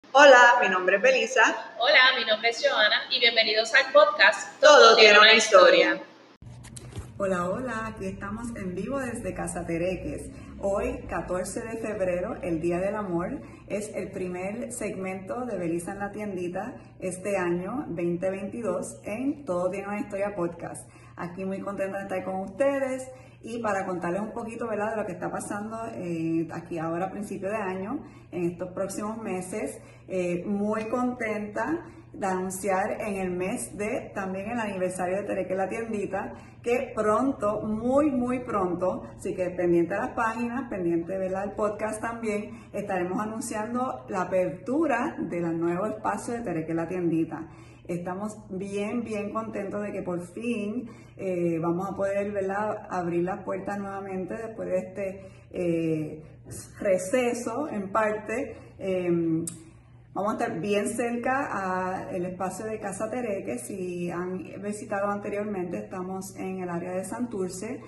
Hola, mi nombre es Belisa. Hola, mi nombre es Joana y bienvenidos al podcast Todo tiene una historia. Hola, aquí estamos en vivo desde Casa Tereques. Hoy, 14 de febrero, el Día del Amor, es el primer segmento de Belisa en la tiendita este año 2022 en Todo tiene una historia podcast. Aquí muy contenta de estar con ustedes y para contarles un poquito, ¿verdad?, de lo que está pasando aquí ahora a principio de año, en estos próximos meses. Muy contenta de anunciar en el mes de también el aniversario de Tereque la tiendita, que pronto, muy pronto, así que pendiente de las páginas, pendiente del podcast también, estaremos anunciando la apertura del nuevo espacio de Tereque la tiendita. Estamos bien contentos de que por fin vamos a poder, ¿verdad?, abrir las puertas nuevamente después de este receso en parte. Vamos a estar bien cerca al espacio de Casa Tereque. Si han visitado anteriormente, estamos en el área de Santurce,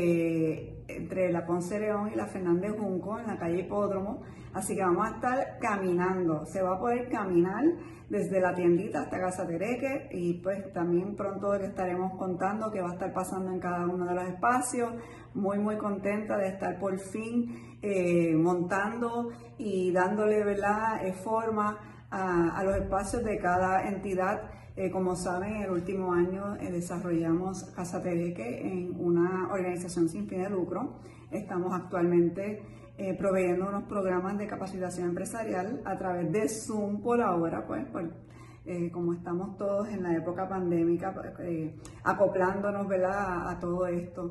entre la Ponce León y la Fernández Junco, en la calle Hipódromo. Así que vamos a estar caminando. Se va a poder caminar desde la tiendita hasta Casa Tereque y pues también pronto les estaremos contando qué va a estar pasando en cada uno de los espacios. Muy contenta de estar por fin montando y dándole, ¿verdad?, forma a los espacios de cada entidad. Como saben, el último año desarrollamos Casa Tereque en una organización sin fin de lucro. Estamos actualmente proveyendo unos programas de capacitación empresarial a través de Zoom por ahora, como estamos todos en la época pandémica, acoplándonos, ¿verdad?, a todo esto.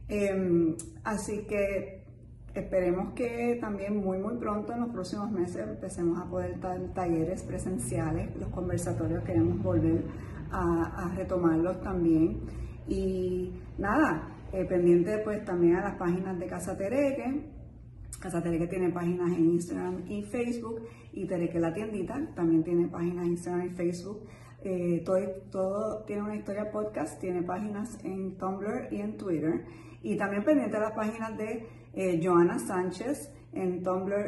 Así que esperemos que también muy pronto, en los próximos meses, empecemos a poder dar talleres presenciales. Los conversatorios queremos volver a retomarlos también. Y nada, pendiente pues también a las páginas de Casa Tereque. Casa Tereque tiene páginas en Instagram y Facebook, y Tereque la tiendita también tiene páginas en Instagram y Facebook. Todo tiene una historia podcast, tiene páginas en Tumblr y en Twitter. Y también pendiente de las páginas de Joana Sánchez en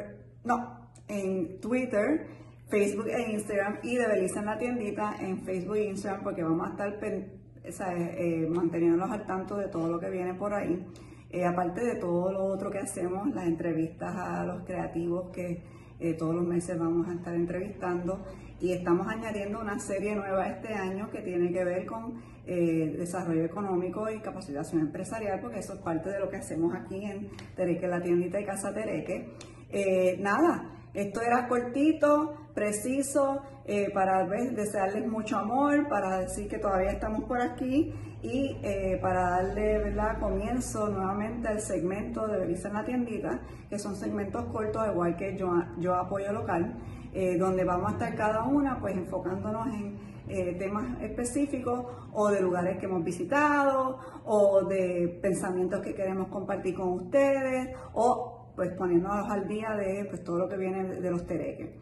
en Twitter, Facebook e Instagram, y de Belisa en la tiendita en Facebook e Instagram, porque vamos a estar manteniéndonos al tanto de todo lo que viene por ahí. Aparte de todo lo otro que hacemos, las entrevistas a los creativos que todos los meses vamos a estar entrevistando, y estamos añadiendo una serie nueva este año que tiene que ver con desarrollo económico y capacitación empresarial, porque eso es parte de lo que hacemos aquí en Tereque la tiendita y Casa Tereque. Nada, esto era cortito, preciso, para desearles mucho amor, para decir que todavía estamos por aquí y para darle, ¿verdad?, comienzo nuevamente al segmento de Belisa en la tiendita, que son segmentos cortos, igual que yo apoyo local, donde vamos a estar cada una pues enfocándonos en temas específicos, o de lugares que hemos visitado, o de pensamientos que queremos compartir con ustedes, o pues poniéndonos al día de pues todo lo que viene de los tereques.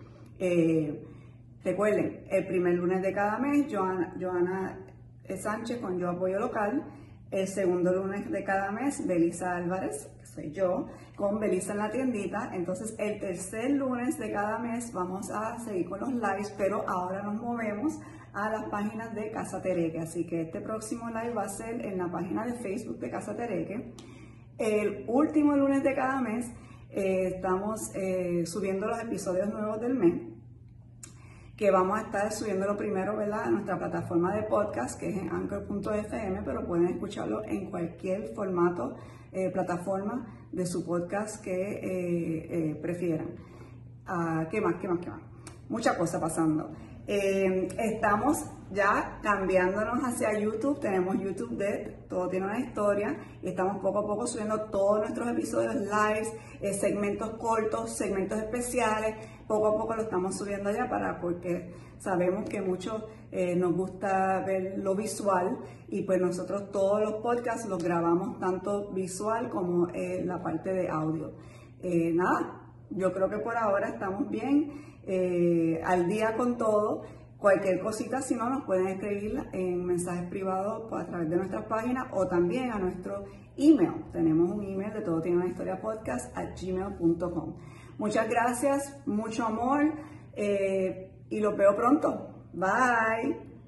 Recuerden, el primer lunes de cada mes, Joana Sánchez con Yo Apoyo Local. El segundo lunes de cada mes, Belisa Álvarez, que soy yo, con Belisa en la tiendita. Entonces, el tercer lunes de cada mes vamos a seguir con los lives, pero ahora nos movemos a las páginas de Casa Tereque. Así que este próximo live va a ser en la página de Facebook de Casa Tereque. El último lunes de cada mes estamos subiendo los episodios nuevos del mes, que vamos a estar subiéndolo primero, ¿verdad?, a nuestra plataforma de podcast, que es en anchor.fm, pero pueden escucharlo en cualquier formato, plataforma de su podcast que prefieran. ¿Qué más? Mucha cosa pasando. Estamos ya cambiándonos hacia YouTube. Tenemos YouTube de Todo tiene una historia, y estamos poco a poco subiendo todos nuestros episodios lives, segmentos cortos, segmentos especiales. Poco a poco lo estamos subiendo allá porque sabemos que muchos nos gusta ver lo visual, y pues nosotros todos los podcasts los grabamos tanto visual como la parte de audio. Nada, yo creo que por ahora estamos bien, al día con todo. Cualquier cosita, si no, nos pueden escribir en mensajes privados a través de nuestras páginas, o también a nuestro email. Tenemos un email de Todo tiene una historia podcast @gmail.com. Muchas gracias, mucho amor. y los veo pronto. Bye.